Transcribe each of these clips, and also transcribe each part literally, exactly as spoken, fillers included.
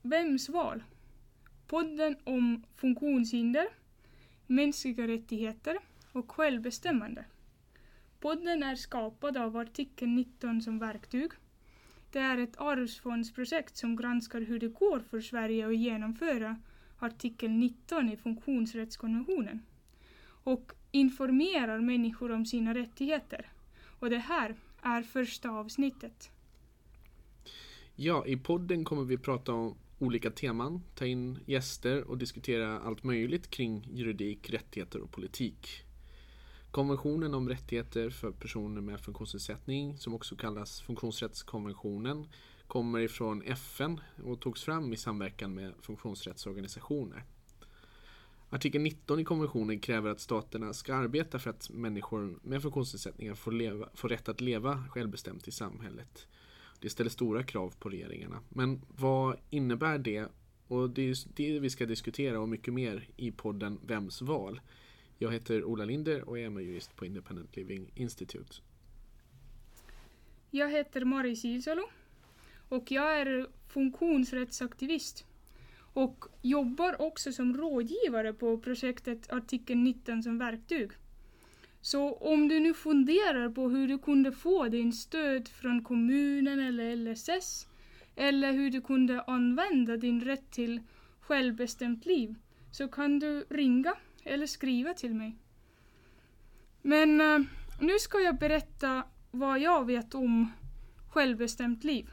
Vems val? Podden om funktionshinder, mänskliga rättigheter och självbestämmande. Podden är skapad av artikel nitton som verktyg. Det är ett arvsfondsprojekt som granskar hur det går för Sverige att genomföra artikel nitton i funktionsrättskonventionen och informerar människor om sina rättigheter. Och det här är första avsnittet. Ja, i podden kommer vi prata om olika teman, ta in gäster och diskutera allt möjligt kring juridik, rättigheter och politik. Konventionen om rättigheter för personer med funktionsnedsättning, som också kallas funktionsrättskonventionen, kommer ifrån F N och togs fram i samverkan med funktionsrättsorganisationer. Artikel nitton i konventionen kräver att staterna ska arbeta för att människor med funktionsnedsättningar får, leva, får rätt att leva självbestämt i samhället. Det ställer stora krav på regeringarna. Men vad innebär det? Och det är det vi ska diskutera och mycket mer i podden Vems val? Jag heter Ola Linder och är jurist på Independent Living Institute. Jag heter Mari Silsalo och jag är funktionsrättsaktivist och jobbar också som rådgivare på projektet artikel nitton som verktyg. Så om du nu funderar på hur du kunde få din stöd från kommunen eller L S S eller hur du kunde använda din rätt till självbestämt liv, så kan du ringa eller skriva till mig. Men uh, nu ska jag berätta vad jag vet om självbestämt liv.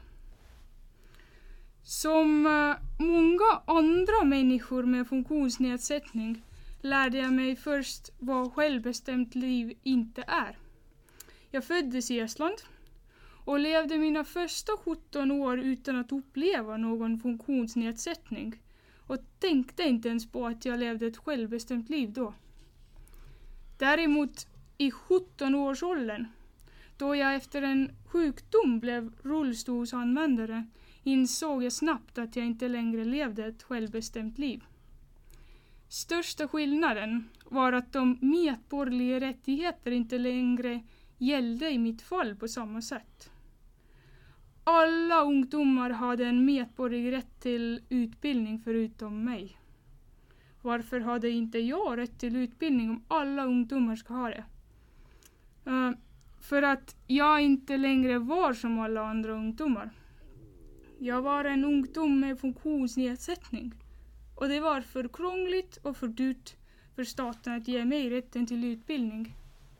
Som uh, många andra människor med funktionsnedsättning lärde jag mig först vad självbestämt liv inte är. Jag föddes i Estland och levde mina första sjutton år utan att uppleva någon funktionsnedsättning och tänkte inte ens på att jag levde ett självbestämt liv då. Däremot i sjutton-årsåldern, då jag efter en sjukdom blev rullstolsanvändare, insåg jag snabbt att jag inte längre levde ett självbestämt liv. Största skillnaden var att de medborgerliga rättigheter inte längre gällde i mitt fall på samma sätt. Alla ungdomar hade en medborgerlig rätt till utbildning förutom mig. Varför hade inte jag rätt till utbildning om alla ungdomar ska ha det? Uh, för att jag inte längre var som alla andra ungdomar. Jag var en ungdom med funktionsnedsättning. Och det var för krångligt och för dyrt för staten att ge mig rätten till utbildning.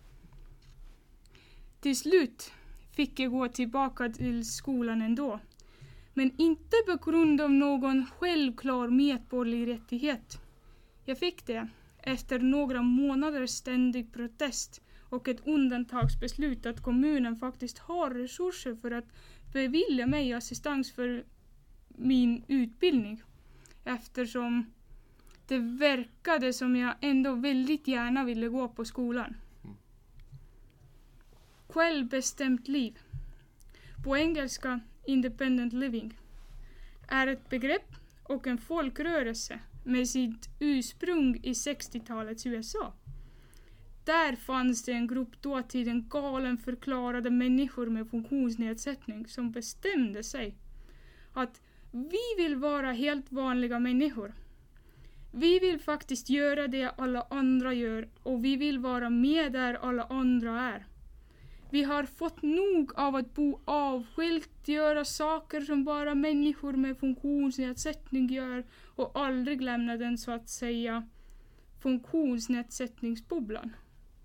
Till slut fick jag gå tillbaka till skolan ändå. Men inte på grund av någon självklar medborgerlig rättighet. Jag fick det efter några månaders ständig protest och ett undantagsbeslut att kommunen faktiskt har resurser för att bevilja mig assistans för min utbildning. Eftersom det verkade som jag ändå väldigt gärna ville gå på skolan. Mm. Självbestämt liv, på engelska independent living, är ett begrepp och en folkrörelse med sitt ursprung i sextiotalets U S A. Där fanns det en grupp dåtiden galen förklarade människor med funktionsnedsättning som bestämde sig att vi vill vara helt vanliga människor. Vi vill faktiskt göra det alla andra gör och vi vill vara med där alla andra är. Vi har fått nog av att bo avskilt, göra saker som bara människor med funktionsnedsättning gör och aldrig lämna den så att säga funktionsnedsättningsbubblan.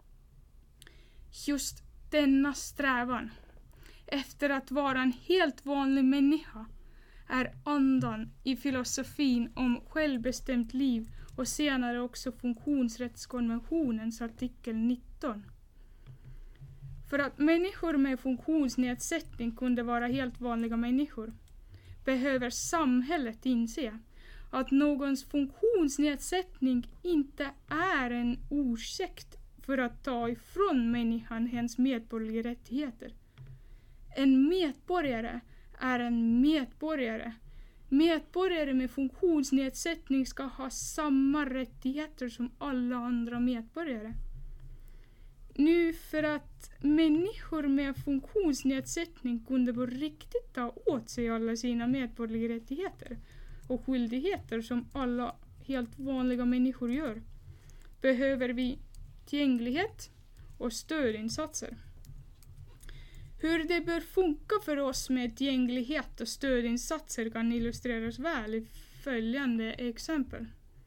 Just denna strävan efter att vara en helt vanlig människa är andan i filosofin om självbestämt liv och senare också funktionsrättskonventionens artikel nitton. För att människor med funktionsnedsättning kunde vara helt vanliga människor behöver samhället inse att någons funktionsnedsättning inte är en ursäkt för att ta ifrån människan hennes medborgerliga rättigheter. En medborgare är en medborgare. Medborgare med funktionsnedsättning ska ha samma rättigheter som alla andra medborgare. Nu för att människor med funktionsnedsättning kunde på riktigt ta åt sig alla sina medborgerliga rättigheter, och skyldigheter som alla helt vanliga människor gör, behöver vi tillgänglighet och stödinsatser. Hur det bör funka för oss med tillgänglighet och stödinsatser kan illustreras väl i följande exempel.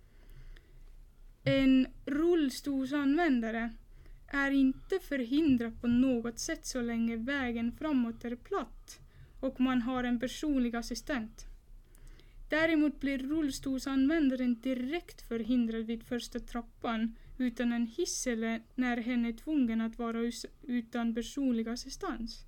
En rullstolsanvändare är inte förhindrad på något sätt så länge vägen framåt är platt och man har en personlig assistent. Däremot blir rullstolsanvändaren direkt förhindrad vid första trappan utan en hiss eller när hen är tvungen att vara utan personlig assistans.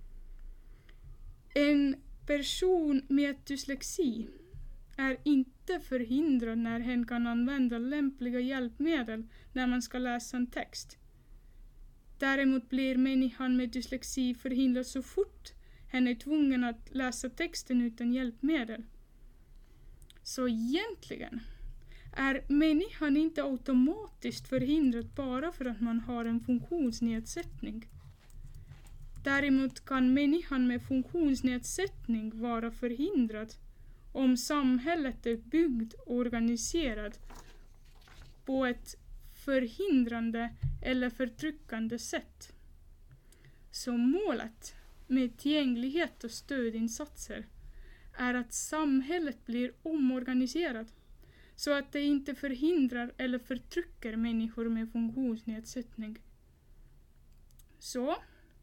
En person med dyslexi är inte förhindrad när hen kan använda lämpliga hjälpmedel när man ska läsa en text. Däremot blir människan med dyslexi förhindrad så fort hen är tvungen att läsa texten utan hjälpmedel. Så egentligen är människan inte automatiskt förhindrad bara för att man har en funktionsnedsättning. Däremot kan människan med funktionsnedsättning vara förhindrad om samhället är byggt och organiserat på ett förhindrande eller förtryckande sätt. Så målet med tillgänglighet och stödinsatser är att samhället blir omorganiserat så att det inte förhindrar eller förtrycker människor med funktionsnedsättning. Så,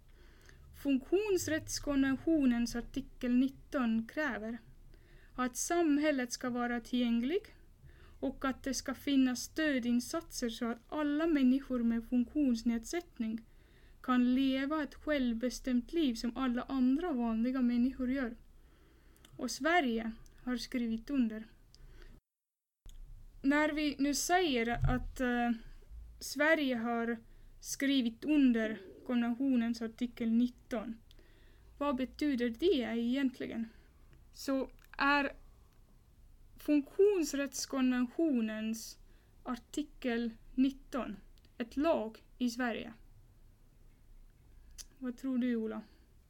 funktionsrättskonventionens artikel nitton kräver att samhället ska vara tillgängligt och att det ska finnas stödinsatser så att alla människor med funktionsnedsättning kan leva ett självbestämt liv som alla andra vanliga människor gör. Och Sverige har skrivit under. När vi nu säger att uh, Sverige har skrivit under konventionens artikel nitton, vad betyder det egentligen? Så är funktionsrättskonventionens artikel nitton ett lag i Sverige? Vad tror du, Ola?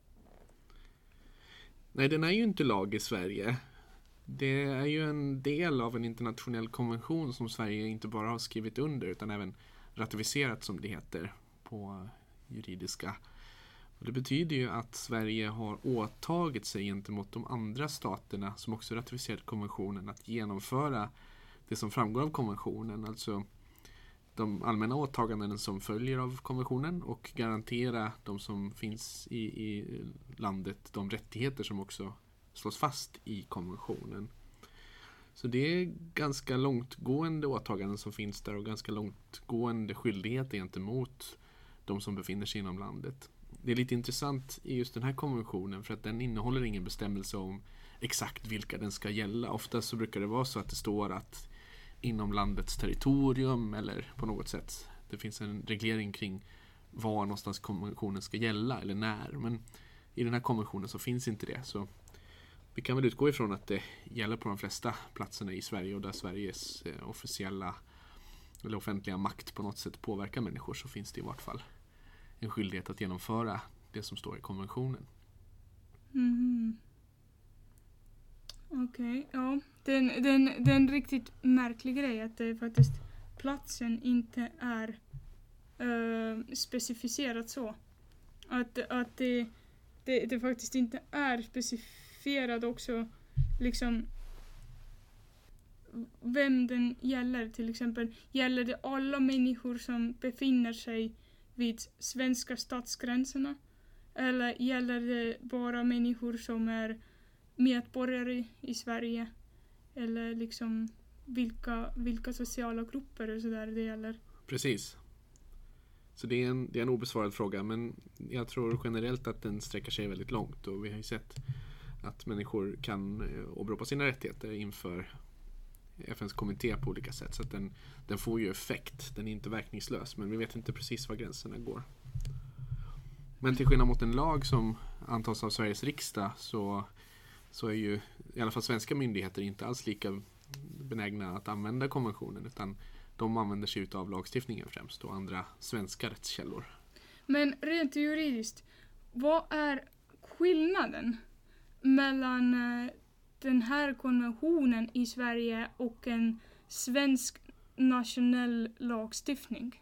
Nej, den är ju inte lag i Sverige. Det är ju en del av en internationell konvention som Sverige inte bara har skrivit under utan även ratificerat, som det heter på juridiska. Och det betyder ju att Sverige har åtagit sig gentemot de andra staterna som också ratificerat konventionen att genomföra det som framgår av konventionen, alltså de allmänna åtaganden som följer av konventionen och garantera de som finns i, i landet de rättigheter som också slås fast i konventionen. Så det är ganska långtgående åtaganden som finns där och ganska långtgående skyldigheter gentemot de som befinner sig inom landet. Det är lite intressant i just den här konventionen för att den innehåller ingen bestämmelse om exakt vilka den ska gälla. Ofta så brukar det vara så att det står att inom landets territorium eller på något sätt. Det finns en reglering kring var någonstans konventionen ska gälla eller när. Men i den här konventionen så finns inte det. Så vi kan väl utgå ifrån att det gäller på de flesta platserna i Sverige och där Sveriges eh, officiella eller offentliga makt på något sätt påverkar människor, så finns det i vart fall en skyldighet att genomföra det som står i konventionen. Mm. Okej, okay, ja. Det är den, den riktigt märklig grej att det faktiskt platsen inte är uh, specificerat så. Att, att det, det, det faktiskt inte är specificerat också liksom vem den gäller. Till exempel gäller det alla människor som befinner sig vid svenska statsgränserna, eller gäller det bara människor som är medborgare i Sverige, eller liksom vilka, vilka sociala grupper och sådär det gäller. Precis. Så det är, en, det är en obesvarad fråga, men jag tror generellt att den sträcker sig väldigt långt, och vi har ju sett att människor kan åberopa sina rättigheter inför F N:s kommitté på olika sätt, så att den, den får ju effekt, den är inte verkningslös, men vi vet inte precis var gränserna går. Men till skillnad mot en lag som antas av Sveriges riksdag så, så är ju i alla fall svenska myndigheter inte alls lika benägna att använda konventionen, utan de använder sig av lagstiftningen främst och andra svenska rättskällor. Men rent juridiskt, vad är skillnaden mellan den här konventionen i Sverige och en svensk nationell lagstiftning?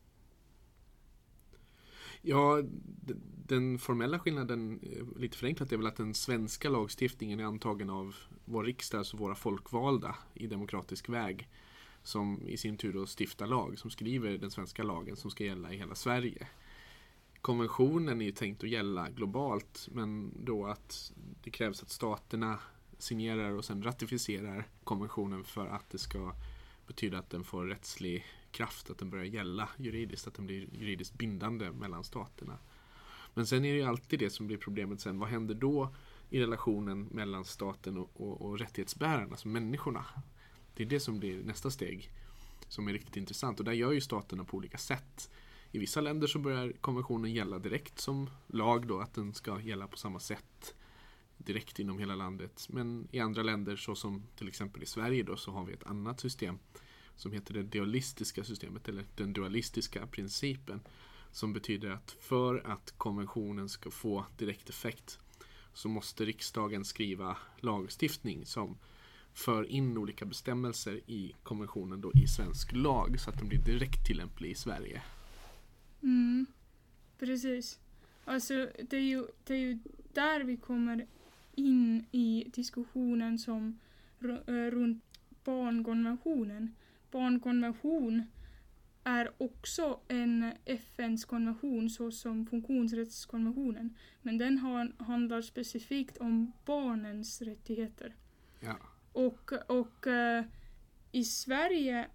Ja, den formella skillnaden, lite förenklat, är väl att den svenska lagstiftningen är antagen av vår riksdag, alltså våra folkvalda i demokratisk väg, som i sin tur då stiftar lag, som skriver den svenska lagen som ska gälla i hela Sverige. Konventionen är ju tänkt att gälla globalt, men då att det krävs att staterna signerar och sen ratificerar konventionen för att det ska betyda att den får rättslig kraft, att den börjar gälla juridiskt, att den blir juridiskt bindande mellan staterna. Men sen är det ju alltid det som blir problemet sen. Vad händer då i relationen mellan staten och, och, och rättighetsbärarna, alltså människorna? Det är det som blir nästa steg som är riktigt intressant. Och där gör ju staterna på olika sätt. I vissa länder så börjar konventionen gälla direkt som lag då, att den ska gälla på samma sätt direkt inom hela landet. Men i andra länder, så som till exempel i Sverige då, så har vi ett annat system som heter det dualistiska systemet, eller den dualistiska principen, som betyder att för att konventionen ska få direkt effekt så måste riksdagen skriva lagstiftning som för in olika bestämmelser i konventionen då i svensk lag, så att den blir direkt tillämplig i Sverige. Mm, precis. Alltså det är ju, det är ju där vi kommer in i diskussionen som r- runt barnkonventionen. Barnkonvention är också en F N:s konvention, så som funktionsrättskonventionen. Men den har, handlar specifikt om barnens rättigheter. Ja. Och, och uh, i Sverige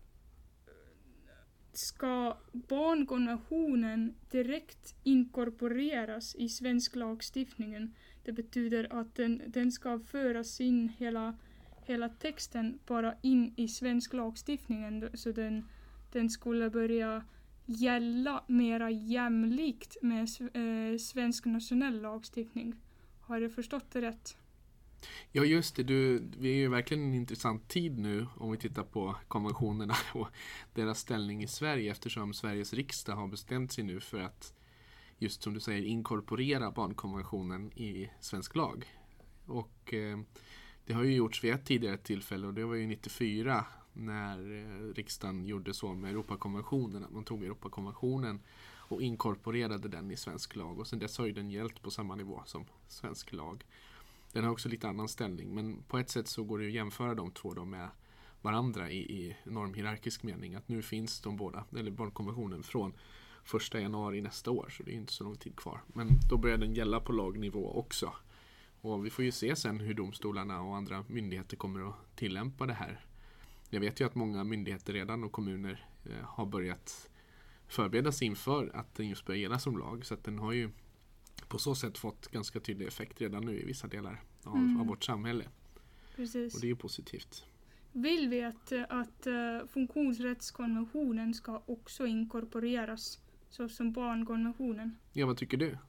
ska barnkonventionen direkt inkorporeras i svensk lagstiftningen. Det betyder att den, den ska föras in hela, hela texten bara in i svensk lagstiftningen, så den, den skulle börja gälla mera jämlikt med eh, svensk nationell lagstiftning. Har jag förstått det rätt? Ja, just det. Du, vi är ju verkligen en intressant tid nu om vi tittar på konventionerna och deras ställning i Sverige, eftersom Sveriges riksdag har bestämt sig nu för att, just som du säger, inkorporera barnkonventionen i svensk lag. Och eh, det har ju gjorts vid ett tidigare tillfälle, och det var ju nittiofyra när eh, riksdagen gjorde så med Europakonventionen, att man tog Europakonventionen och inkorporerade den i svensk lag, och sen dess har ju den gällt på samma nivå som svensk lag. Den har också lite annan ställning, men på ett sätt så går det att jämföra de två då med varandra i, i normhierarkisk mening, att nu finns de båda, eller barnkonventionen, från första januari nästa år, så det är inte så lång tid kvar. Men då börjar den gälla på lagnivå också. Och vi får ju se sen hur domstolarna och andra myndigheter kommer att tillämpa det här. Jag vet ju att många myndigheter redan och kommuner eh, har börjat förbereda sig inför att den just börjar gälla som lag, så att den har ju på så sätt fått ganska tydlig effekt redan nu i vissa delar av, mm. av vårt samhälle. Precis. Och det är ju positivt. Vill vi att, att uh, funktionsrättskonventionen ska också inkorporeras så som barnkonventionen? Ja, vad tycker du?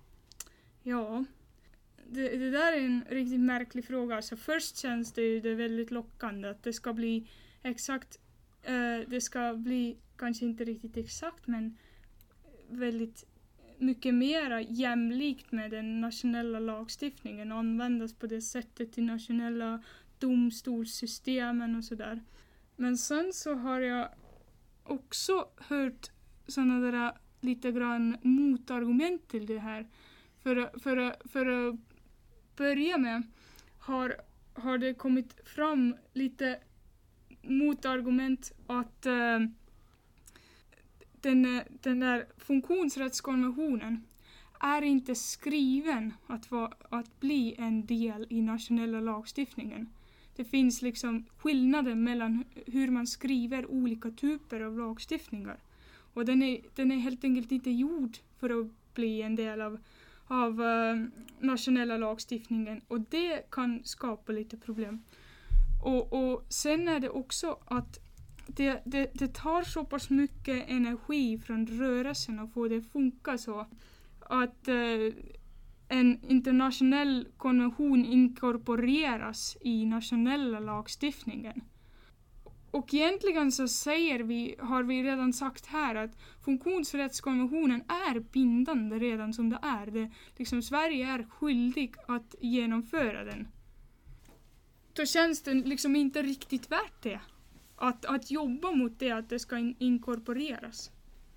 Ja, det, det där är en riktigt märklig fråga. Alltså först känns det ju det väldigt lockande att det ska bli exakt, uh, det ska bli kanske inte riktigt exakt, men väldigt mycket mer jämlikt med den nationella lagstiftningen och användas på det sättet i nationella domstolssystemen och sådär. Men sen så har jag också hört sådana där lite grann motargument till det här. För, för, för att börja med har, har det kommit fram lite motargument att uh, Den, den där funktionsrättskonventionen är inte skriven att, va, att bli en del i nationella lagstiftningen. Det finns liksom skillnader mellan hur man skriver olika typer av lagstiftningar. Och den är, den är helt enkelt inte gjord för att bli en del av, av uh, nationella lagstiftningen. Och det kan skapa lite problem. Och, och sen är det också att Det, det, det tar så pass mycket energi från rörelsen att få det att funka så att eh, en internationell konvention inkorporeras i nationella lagstiftningen. Och egentligen så säger vi, har vi redan sagt här, att funktionsrättskonventionen är bindande redan som det är. Det, liksom Sverige är skyldig att genomföra den. då känns det liksom inte riktigt värt det. Att, att jobba mot det, att det ska in- inkorporeras.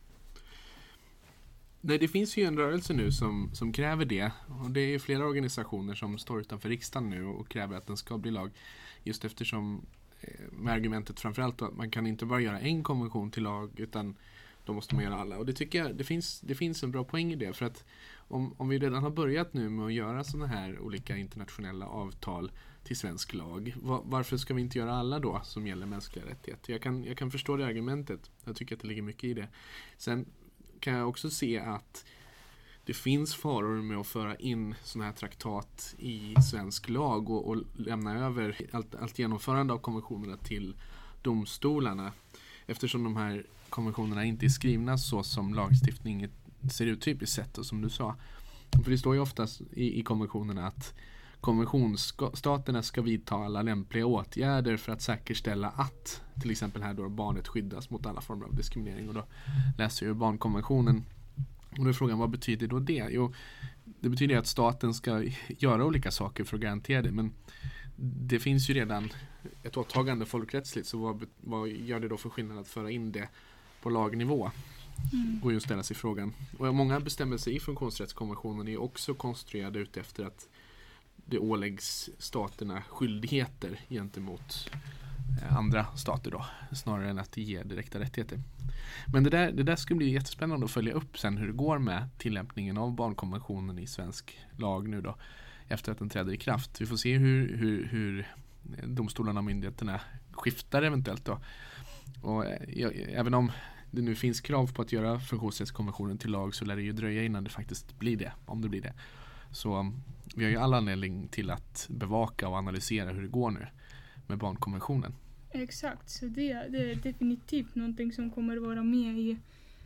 Nej, det finns ju en rörelse nu som, som kräver det. Och det är flera organisationer som står utanför riksdagen nu och kräver att den ska bli lag. Just eftersom, med argumentet framförallt att man kan inte bara göra en konvention till lag, utan då måste man göra alla. Och det tycker jag, det finns, det finns en bra poäng i det. För att om, om vi redan har börjat nu med att göra sådana här olika internationella avtal till svensk lag, var, varför ska vi inte göra alla då som gäller mänskliga rättigheter? Jag kan, jag kan förstå det argumentet. Jag tycker att det ligger mycket i det. Sen kan jag också se att det finns faror med att föra in sådana här traktat i svensk lag och, och lämna över allt, allt genomförande av konventionerna till domstolarna. Eftersom de här konventionerna inte är skrivna så som lagstiftningen ser ut typiskt sett, och som du sa. För det står ju oftast i, i konventionerna att konventionsstaterna ska vidta alla lämpliga åtgärder för att säkerställa att till exempel här då barnet skyddas mot alla former av diskriminering, och då läser ju barnkonventionen. Och då är frågan, vad betyder då det? Jo, det betyder att staten ska göra olika saker för att garantera det, men det finns ju redan ett åtagande folkrättsligt, så vad, vad gör det då för skillnad att föra in det på lagnivå? Mm. Och just ställa sig frågan. Och många bestämmelser i funktionsrättskonventionen är också konstruerade ut efter att det åläggs staterna skyldigheter gentemot andra stater då, snarare än att det ger direkta rättigheter. Men det där, det där ska bli jättespännande att följa upp sen hur det går med tillämpningen av barnkonventionen i svensk lag nu då, efter att den träder i kraft. Vi får se hur, hur, hur domstolarna och myndigheterna skiftar eventuellt då. Och ja, även om det nu finns krav på att göra funktionsrättskonventionen till lag, så lär det ju dröja innan det faktiskt blir det, om det blir det. Så vi har ju alla anledning till att bevaka och analysera hur det går nu med barnkonventionen. Exakt, så det, det är definitivt någonting som kommer att vara med i,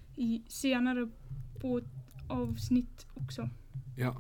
i senare på avsnitt också. Ja.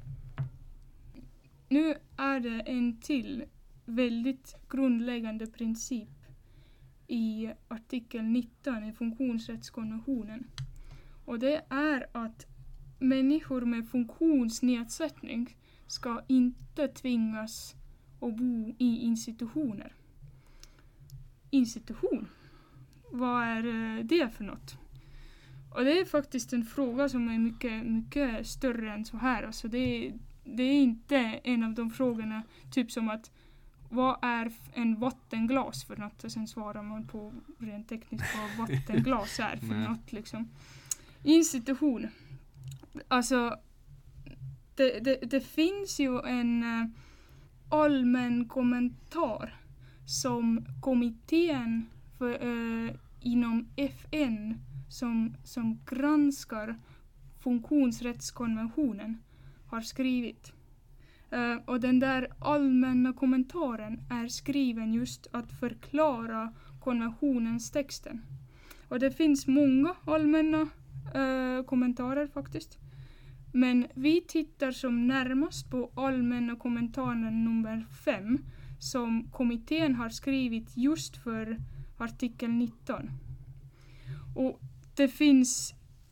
Nu är det en till väldigt grundläggande princip i artikel nitton i funktionsrättskonventionen. Och det är att människor med funktionsnedsättning ska inte tvingas att bo i institutioner. Institution? Vad är det för något? Och det är faktiskt en fråga som är mycket, mycket större än så här. Alltså det, är, det är inte en av de frågorna, typ som att vad är en vattenglas för något? Och sen svarar man på rent tekniskt vad vattenglas är för något. Liksom. Institution. Alltså, det, det, det finns ju en uh, allmän kommentar som kommittén för, uh, inom F N som, som granskar funktionsrättskonventionen har skrivit. Uh, och den där allmänna kommentaren är skriven just att förklara konventionens texten. Och det finns många allmänna uh, kommentarer faktiskt. Men vi tittar som närmast på allmänna kommentaren nummer fem som kommittén har skrivit just för artikel nitton. Och det finns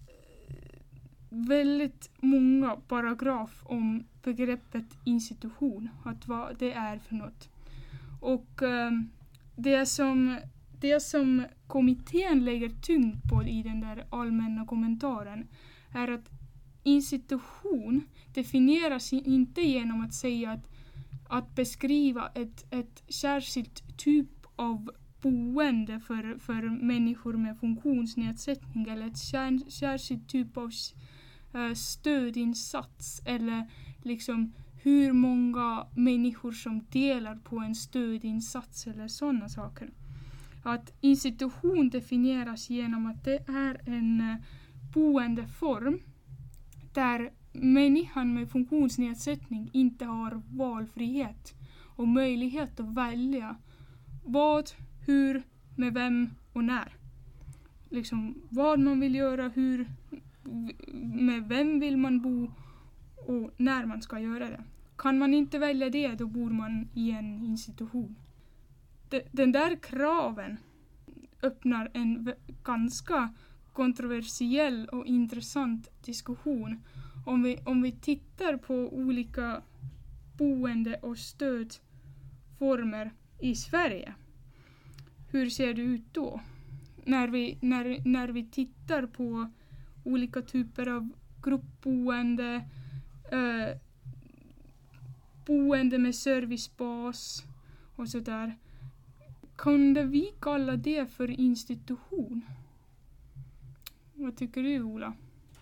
väldigt många paragraf om begreppet institution, att vad det är för något. Och eh, det som det som kommittén lägger tyngd på i den där allmänna kommentaren är att institution definieras inte genom att säga att, att beskriva ett, ett särskilt typ av boende för, för människor med funktionsnedsättning eller ett sär, särskilt typ av uh, stödinsats eller liksom hur många människor som delar på en stödinsats eller sådana saker. Att institution definieras genom att det är en uh, boendeform där människan med funktionsnedsättning inte har valfrihet och möjlighet att välja vad, hur, med vem och när. Liksom vad man vill göra, hur, med vem vill man bo och när man ska göra det. Kan man inte välja det, då bor man i en institution. De, den där kraven öppnar en ganska kontroversiell och intressant diskussion. Om vi, om vi tittar på olika boende- och stödformer former i Sverige. Hur ser det ut då? När vi, när, när vi tittar på olika typer av gruppboende, eh, boende med servicebas och sådär. Kunde vi kalla det för institution? Vad tycker du, Ola?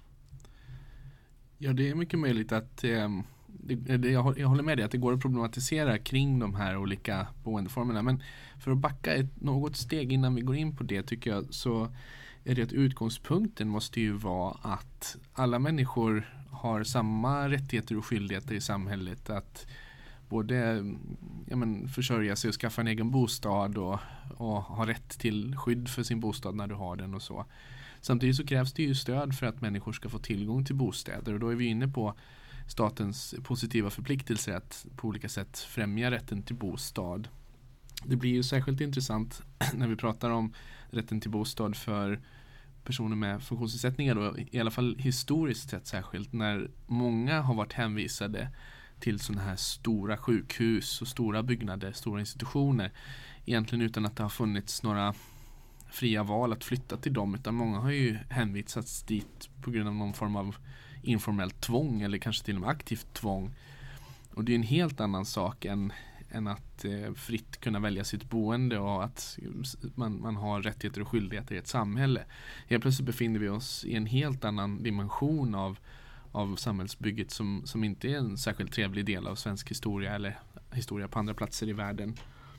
Ja, det är mycket möjligt att eh, det, det, jag, jag håller med dig att det går att problematisera kring de här olika boendeformerna. Men för att backa ett något steg innan vi går in på det, tycker jag, så är det att utgångspunkten måste ju vara att alla människor har samma rättigheter och skyldigheter i samhället, att både ja men, försörja sig och skaffa en egen bostad och, och ha rätt till skydd för sin bostad när du har den och så. Samtidigt så krävs det ju stöd för att människor ska få tillgång till bostäder, och då är vi inne på statens positiva förpliktelser att på olika sätt främja rätten till bostad. Det blir ju särskilt intressant när vi pratar om rätten till bostad för personer med funktionsnedsättningar då, i alla fall historiskt sett särskilt, när många har varit hänvisade till sådana här stora sjukhus och stora byggnader, stora institutioner, egentligen utan att det har funnits några fria val att flytta till dem, utan många har ju hänvisats dit på grund av någon form av informellt tvång eller kanske till och med aktivt tvång. Och det är en helt annan sak än, än att eh, fritt kunna välja sitt boende och att man, man har rättigheter och skyldigheter i ett samhälle. Helt plötsligt befinner vi oss i en helt annan dimension av, av samhällsbygget som, som inte är en särskilt trevlig del av svensk historia eller historia på andra platser i världen.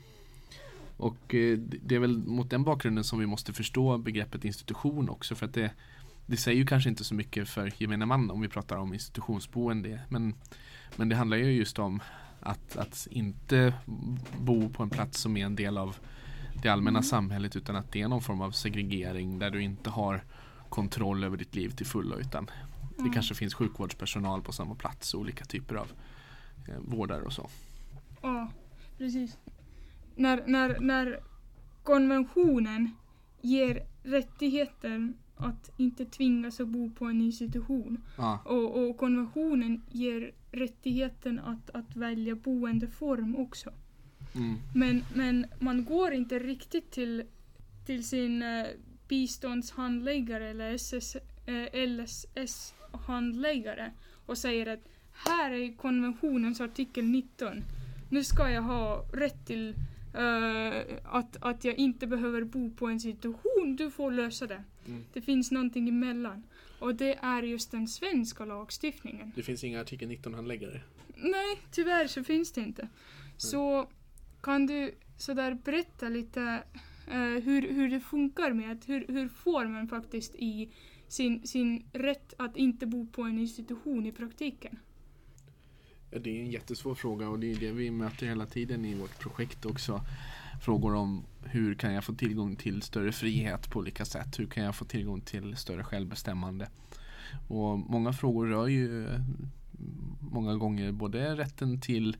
Och eh, det är väl mot den bakgrunden som vi måste förstå begreppet institution också, för att det, det säger ju kanske inte så mycket för gemene man om vi pratar om institutionsboende, men, men det handlar ju just om att, att inte bo på en plats som är en del av det allmänna mm. samhället, utan att det är någon form av segregering där du inte har kontroll över ditt liv till fullo, utan mm. det kanske finns sjukvårdspersonal på samma plats och olika typer av eh, vårdare och så. Ja, precis. När, när, när konventionen ger rättigheter att inte tvingas att bo på en institution ja. och, och konventionen ger rättigheten att, att välja boendeform också. Mm. Men, men man går inte riktigt till, till sin eh, biståndshandläggare eller S S, eh, L S S-handläggare och säger att här är konventionens artikel nitton. Nu ska jag ha rätt till Uh, att, att jag inte behöver bo på en situation, du får lösa det. Mm. Det finns någonting emellan. Och det är just den svenska lagstiftningen. Det finns inga artikel nitton-handläggare? Nej, tyvärr så finns det inte. Mm. Så kan du sådär berätta lite uh, hur, hur det funkar med att hur, hur får man faktiskt i sin, sin rätt att inte bo på en institution i praktiken? Ja, det är en jättesvår fråga, och det är det vi möter hela tiden i vårt projekt också. Frågor om hur kan jag få tillgång till större frihet på olika sätt? Hur kan jag få tillgång till större självbestämmande? Och många frågor rör ju många gånger både rätten till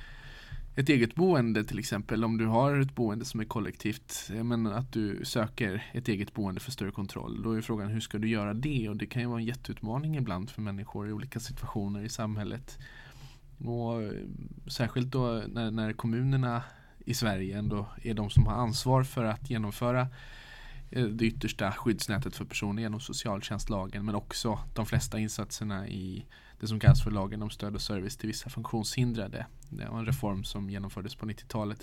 ett eget boende, till exempel om du har ett boende som är kollektivt, men att du söker ett eget boende för större kontroll. Då är frågan, hur ska du göra det? Och det kan ju vara en jätteutmaning ibland för människor i olika situationer i samhället. Och särskilt då när, när kommunerna i Sverige ändå är de som har ansvar för att genomföra det yttersta skyddsnätet för personer genom socialtjänstlagen, men också de flesta insatserna i det som kallas för lagen om stöd och service till vissa funktionshindrade. Det var en reform som genomfördes på nittiotalet.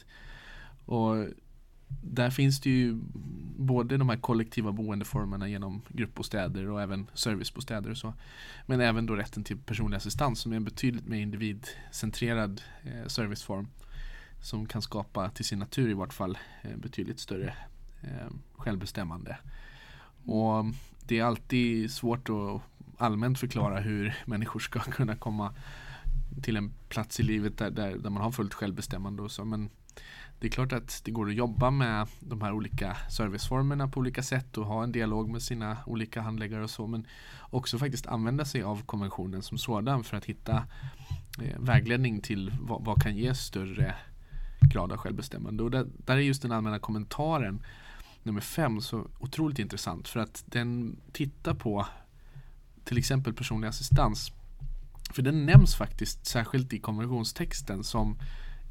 Och där finns det ju både de här kollektiva boendeformerna genom gruppbostäder och även servicebostäder och så. Men även då rätten till personlig assistans som är en betydligt mer individcentrerad eh, serviceform som kan skapa till sin natur i vart fall eh, betydligt större eh, självbestämmande. Och det är alltid svårt att allmänt förklara hur människor ska kunna komma till en plats i livet där, där, där man har fullt självbestämmande och så, men det är klart att det går att jobba med de här olika serviceformerna på olika sätt och ha en dialog med sina olika handläggare och så, men också faktiskt använda sig av konventionen som sådan för att hitta eh, vägledning till vad, vad kan ge större grad av självbestämmande. Och där, där är just den allmänna kommentaren nummer fem så otroligt intressant, för att den tittar på till exempel personlig assistans. För den nämns faktiskt särskilt i konventionstexten som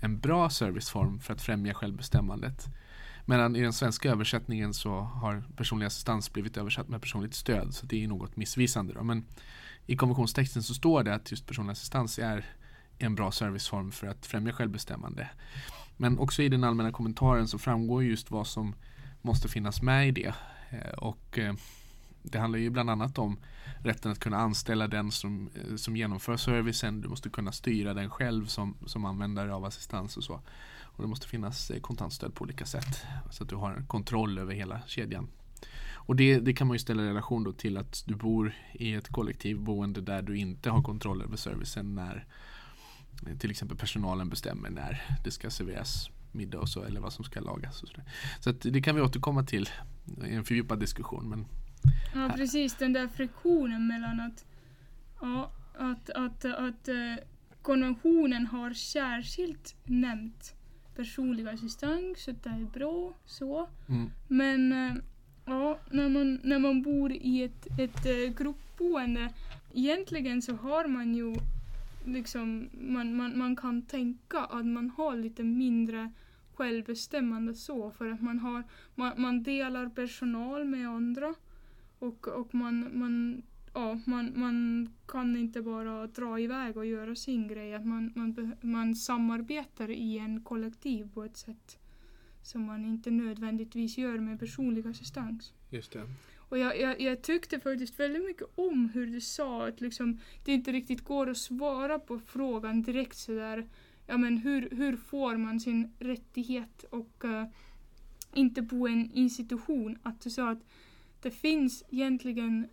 en bra serviceform för att främja självbestämmandet. Medan i den svenska översättningen så har personlig assistans blivit översatt med personligt stöd, så det är något missvisande då. Men i konventionstexten så står det att just personlig assistans är en bra serviceform för att främja självbestämmande. Men också i den allmänna kommentaren så framgår just vad som måste finnas med i det. Och det handlar ju bland annat om rätten att kunna anställa den som, som genomför servicen. Du måste kunna styra den själv som, som användare av assistans och så. Och det måste finnas kontantstöd på olika sätt så att du har kontroll över hela kedjan. Och det, det kan man ju ställa i relation då till att du bor i ett kollektivboende där du inte har kontroll över servicen när till exempel personalen bestämmer när det ska serveras middag och så, eller vad som ska lagas och så. Så att det kan vi återkomma till i en fördjupad diskussion. Men ja, precis, den där friktionen mellan att, ja, att, att, att, att konventionen har särskilt nämnt personlig assistans, att det är bra så. Mm. Men ja, när man, när man bor i ett, ett gruppboende, egentligen så har man ju liksom, man, man, man kan tänka att man har lite mindre självbestämmande så, för att man har man, man delar personal med andra och, och man, man, ja, man, man kan inte bara dra iväg och göra sin grej, att man, man, man samarbetar i en kollektiv på ett sätt som man inte nödvändigtvis gör med personlig assistans. Just det. Och jag, jag, jag tyckte faktiskt väldigt mycket om hur du sa att liksom, det inte riktigt går att svara på frågan direkt sådär. Ja, men hur, hur får man sin rättighet och uh, inte bo i en institution? Att du sa att det finns egentligen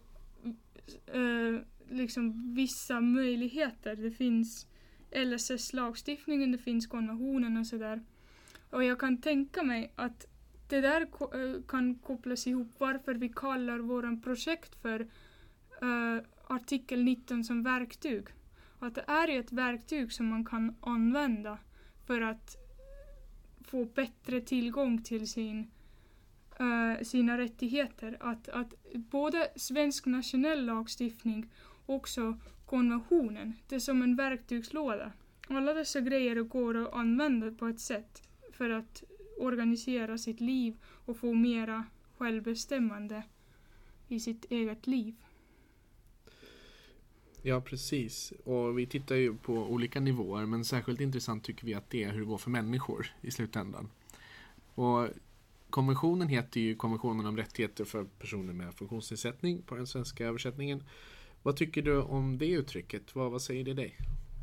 uh, liksom vissa möjligheter. Det finns L S S-lagstiftningen, det finns konventionen och sådär. Och jag kan tänka mig att det där ko- kan kopplas ihop varför vi kallar våran projekt för uh, artikel nitton som verktyg. Att det är ett verktyg som man kan använda för att få bättre tillgång till sin, uh, sina rättigheter. Att, att både svensk nationell lagstiftning och också konventionen, det är som en verktygslåda. Alla dessa grejer går att använda på ett sätt för att organisera sitt liv och få mera självbestämmande i sitt eget liv. Ja, precis. Och vi tittar ju på olika nivåer, men särskilt intressant tycker vi att det är hur det går för människor i slutändan. Och konventionen heter ju konventionen om rättigheter för personer med funktionsnedsättning på den svenska översättningen. Vad tycker du om det uttrycket? Vad, vad säger det dig?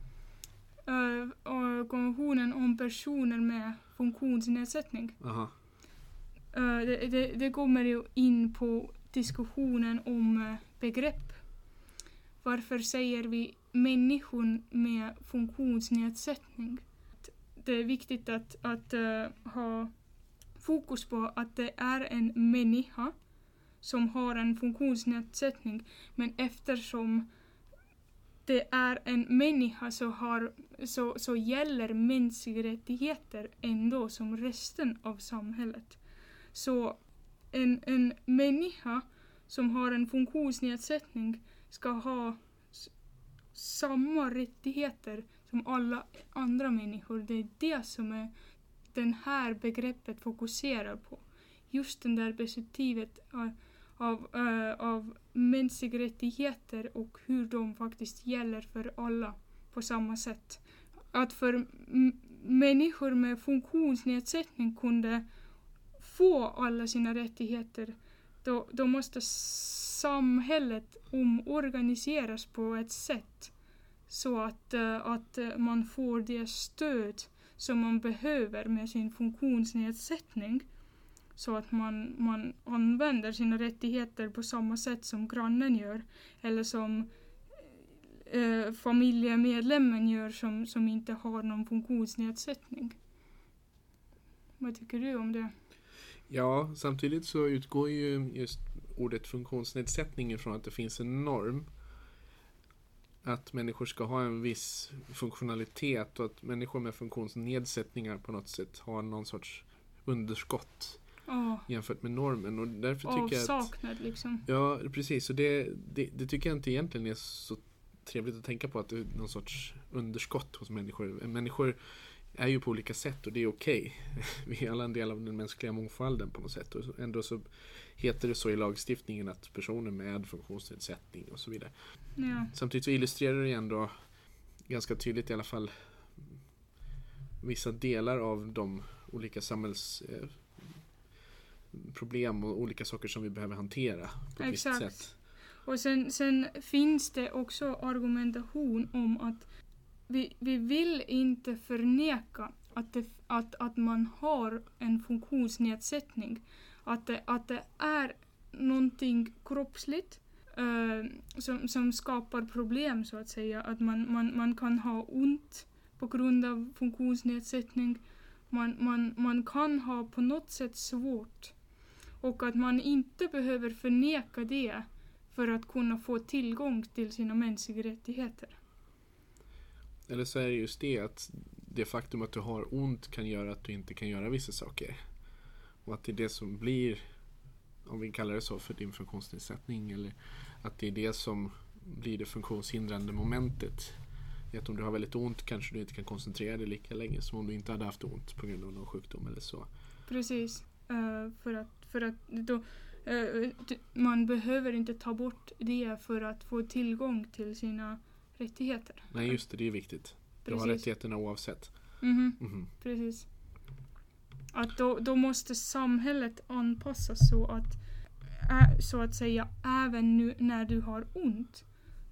Uh, och konventionen om personer med funktionsnedsättning. Aha. Uh, det, det, det kommer ju in på diskussionen om uh, begrepp. Varför säger vi människor med funktionsnedsättning? Det är viktigt att, att uh, ha fokus på att det är en människa som har en funktionsnedsättning, men eftersom det är en människa så, har, så, så gäller mänskliga rättigheter ändå som resten av samhället. Så en, en människa som har en funktionsnedsättning ska ha s- samma rättigheter som alla andra människor. Det är det som är den här begreppet fokuserar på. Just den där perspektivet av Av, uh, av mänskliga rättigheter och hur de faktiskt gäller för alla på samma sätt. Att för m- människor med funktionsnedsättning kunde få alla sina rättigheter, då, då måste samhället omorganiseras på ett sätt så att, uh, att uh, man får det stöd som man behöver med sin funktionsnedsättning. Så att man, man använder sina rättigheter på samma sätt som grannen gör. Eller som eh, familjemedlemmen gör som, som inte har någon funktionsnedsättning. Vad tycker du om det? Ja, samtidigt så utgår ju just ordet funktionsnedsättning ifrån att det finns en norm. Att människor ska ha en viss funktionalitet och att människor med funktionsnedsättningar på något sätt har någon sorts underskott. Oh. Jämfört med normen, och därför tycker jag att avsaknad liksom. Ja, precis, och det, det, det tycker jag inte egentligen är så trevligt att tänka på, att det är någon sorts underskott hos människor. Människor är ju på olika sätt och det är okej. Vi är alla en del av den mänskliga mångfalden på något sätt. Och ändå så heter det så i lagstiftningen att personer med funktionsnedsättning och så vidare. Ja. Samtidigt så illustrerar det ändå ganska tydligt i alla fall vissa delar av de olika samhällsproblem och olika saker som vi behöver hantera på ett Exakt. visst sätt. Och sen, sen finns det också argumentation om att vi, vi vill inte förneka att, det, att, att man har en funktionsnedsättning. Att det, att det är någonting kroppsligt uh, som, som skapar problem så att säga. Att man, man, man kan ha ont på grund av funktionsnedsättning. Man, man, man kan ha på något sätt svårt. Och att man inte behöver förneka det för att kunna få tillgång till sina mänskliga rättigheter. Eller så är det just det att det faktum att du har ont kan göra att du inte kan göra vissa saker. Och att det är det som blir, om vi kallar det så, för din funktionsnedsättning. Eller att det är det som blir det funktionshindrande momentet. Att om du har väldigt ont kanske du inte kan koncentrera dig lika länge som om du inte hade haft ont på grund av någon sjukdom eller så. Precis. Uh, för att, för att då, uh, man behöver inte ta bort det för att få tillgång till sina rättigheter. Nej, just det, det är viktigt. Du Precis. har rättigheterna oavsett. Mm-hmm. Mm-hmm. Precis. Att då, då måste samhället anpassas så att ä, så att säga även nu när du har ont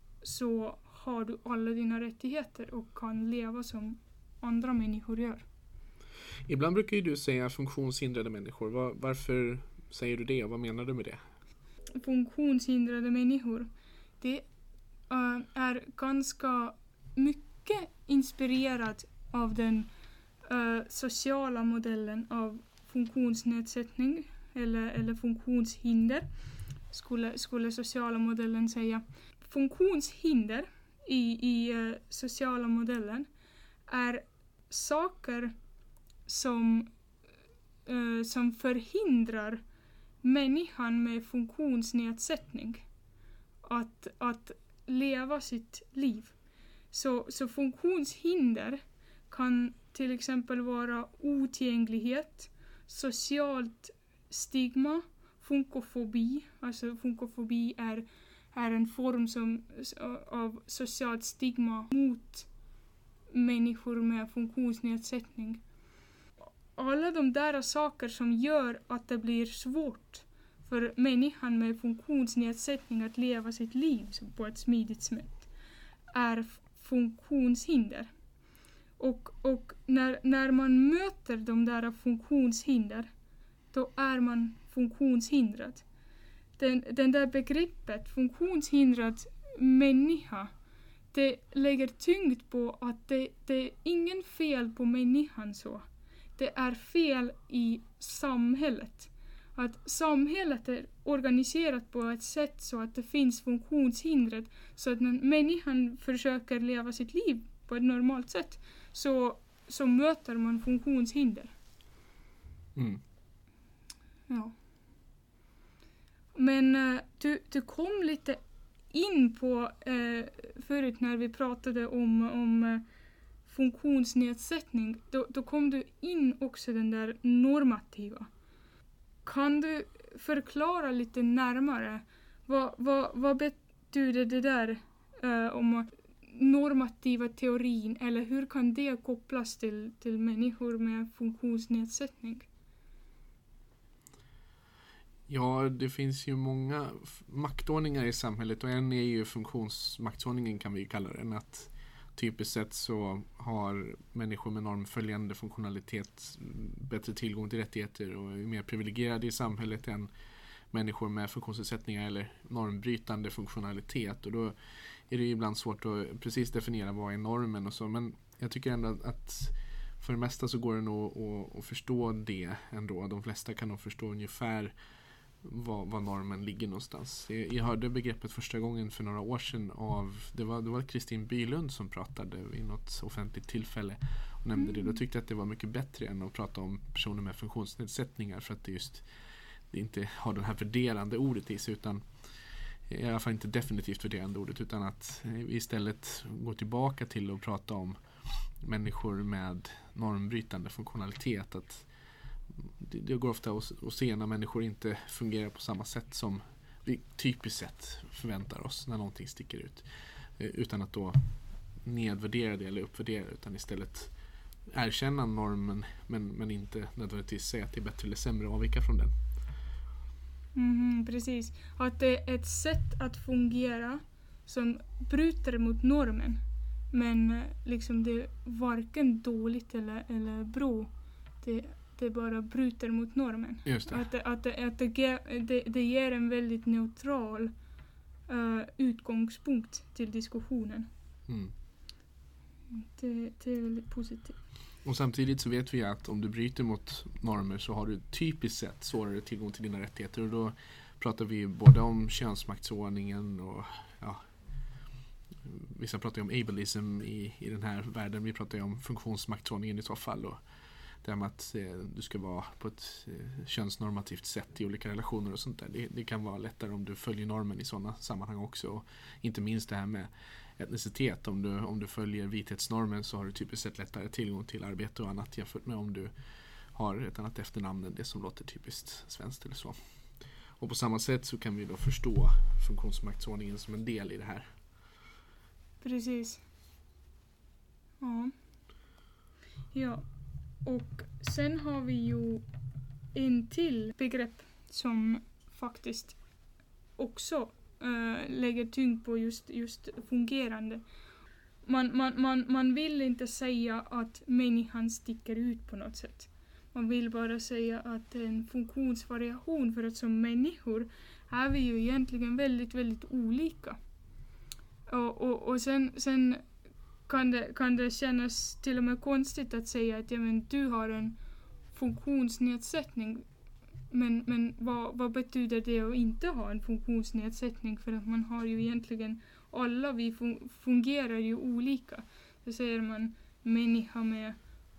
så har du alla dina rättigheter och kan leva som andra människor gör. Ibland brukar ju du säga funktionshindrade människor. Var, varför säger du det och vad menar du med det? Funktionshindrade människor, det uh, är ganska mycket inspirerat av den uh, sociala modellen av funktionsnedsättning eller, eller funktionshinder, skulle, skulle sociala modellen säga. Funktionshinder i, i uh, sociala modellen är saker som, uh, som förhindrar människan med funktionsnedsättning att, att leva sitt liv. Så, så funktionshinder kan till exempel vara otillgänglighet, socialt stigma, funkofobi. Alltså funkofobi är, är en form som, av socialt stigma mot människor med funktionsnedsättning. Alla de där saker som gör att det blir svårt för människan med funktionsnedsättning att leva sitt liv på ett smidigt sätt är funktionshinder. Och, och när, när man möter de där funktionshinder, då är man funktionshindrad. Den, den där begreppet funktionshindrad människa, det lägger tyngd på att det, det är ingen fel på människan så. Det är fel i samhället. Att samhället är organiserat på ett sätt så att det finns funktionshindret. Så att när människan försöker leva sitt liv på ett normalt sätt så, så möter man funktionshinder. Mm. Ja. Men uh, du, du kom lite in på uh, förut när vi pratade om, om uh, funktionsnedsättning. Då, då kom du in också den där normativa. Kan du förklara lite närmare vad, vad, vad betyder det där uh, om normativa teorin eller hur kan det kopplas till, till människor med funktionsnedsättning? Ja, det finns ju många maktordningar i samhället och en är ju funktionsmaktordningen kan vi kalla den. Att typiskt sett så har människor med normföljande funktionalitet bättre tillgång till rättigheter och är mer privilegierade i samhället än människor med funktionsnedsättningar eller normbrytande funktionalitet. Och då är det ju ibland svårt att precis definiera vad är normen och så. Men jag tycker ändå att för det mesta så går det nog att, att förstå det ändå. De flesta kan nog förstå ungefär Vad, vad normen ligger någonstans. Jag, jag hörde begreppet första gången för några år sedan av, det var, det var Kristin Bylund som pratade vid något offentligt tillfälle och nämnde mm. det. Då tyckte jag att det var mycket bättre än att prata om personer med funktionsnedsättningar för att det just det inte har den här värderande ordet i sig utan i alla fall inte definitivt värderande ordet utan att vi istället går tillbaka till att prata om människor med normbrytande funktionalitet. Att det, det går ofta att, att se när människor inte fungerar på samma sätt som vi typiskt sett förväntar oss när någonting sticker ut. Utan att då nedvärdera det eller uppvärdera, utan istället erkänna normen men, men inte nödvändigtvis säga att det är bättre eller sämre att avvika från den. Mm, precis. Att det är ett sätt att fungera som bryter mot normen. Men liksom det är varken dåligt eller, eller bra. Det, det bara bryter mot normen. Just det. Att, det, att, det, att det, det, det ger en väldigt neutral uh, utgångspunkt till diskussionen. Mm. Det, det är väldigt positivt. Och samtidigt så vet vi att om du bryter mot normer så har du typiskt sett svårare tillgång till dina rättigheter. Och då pratar vi både om könsmaktsordningen och ja, vissa pratar ju om ableism i, i den här världen. Vi pratar ju om funktionsmaktsordningen i så fall. Och det här med att eh, du ska vara på ett eh, könsnormativt sätt i olika relationer och sånt där. Det, det kan vara lättare om du följer normen i sådana sammanhang också. Och inte minst det här med etnicitet. Om du, om du följer vithetsnormen så har du typiskt sett lättare tillgång till arbete och annat jämfört med om du har ett annat efternamn än det som låter typiskt svenskt eller så. Och på samma sätt så kan vi då förstå funktionsmaktsordningen som en del i det här. Precis. Ja. Ja. Och sen har vi ju en till begrepp som faktiskt också Uh, lägger tyngd på just, just fungerande. Man, man, man, man vill inte säga att människan sticker ut på något sätt. Man vill bara säga att det är en funktionsvariation, för att som människor är vi ju egentligen väldigt, väldigt olika. Och, och, och sen, sen kan, det, kan det kännas till och med konstigt att säga att ja, men du har en funktionsnedsättning. Men, men vad, vad betyder det att inte ha en funktionsnedsättning? För att man har ju egentligen, alla vi fun- fungerar ju olika. Så säger man människa med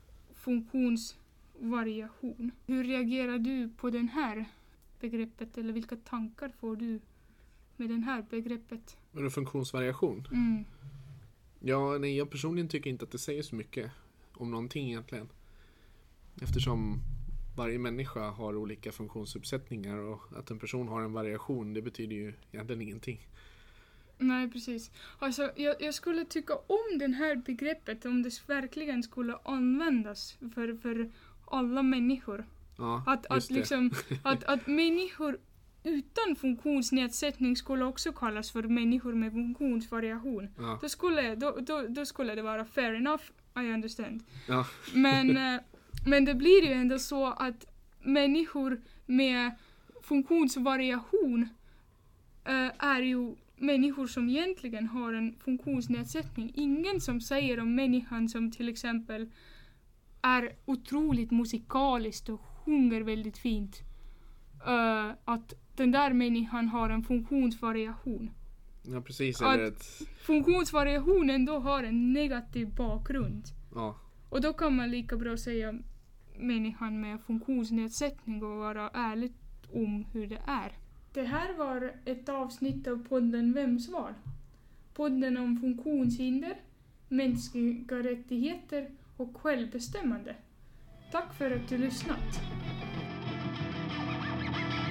funktionsvariation. Hur reagerar du på den här begreppet? Eller vilka tankar får du med den här begreppet? Är det funktionsvariation? Mm. Ja, nej, jag personligen tycker inte att det säger så mycket om någonting egentligen. Eftersom varje människa har olika funktionsuppsättningar och att en person har en variation, det betyder ju egentligen ingenting. Nej, precis. Alltså, jag, jag skulle tycka om den här begreppet om det verkligen skulle användas för, för alla människor. Ja, att, att, liksom, att, att människor utan funktionsnedsättning skulle också kallas för människor med funktionsvariation. Ja. Då, skulle, då, då, då skulle det vara fair enough, I understand. Ja. Men... Men det blir ju ändå så att människor med funktionsvariation äh, är ju människor som egentligen har en funktionsnedsättning. Ingen som säger om människan som till exempel är otroligt musikaliskt och sjunger väldigt fint äh, att den där människan har en funktionsvariation. Ja, precis. Att eller ett... funktionsvariationen då har en negativ bakgrund. Ja. Och då kan man lika bra säga människan med funktionsnedsättning och vara ärlig om hur det är. Det här var ett avsnitt av podden Vems val? Podden om funktionshinder, mänskliga rättigheter och självbestämmande. Tack för att du lyssnat.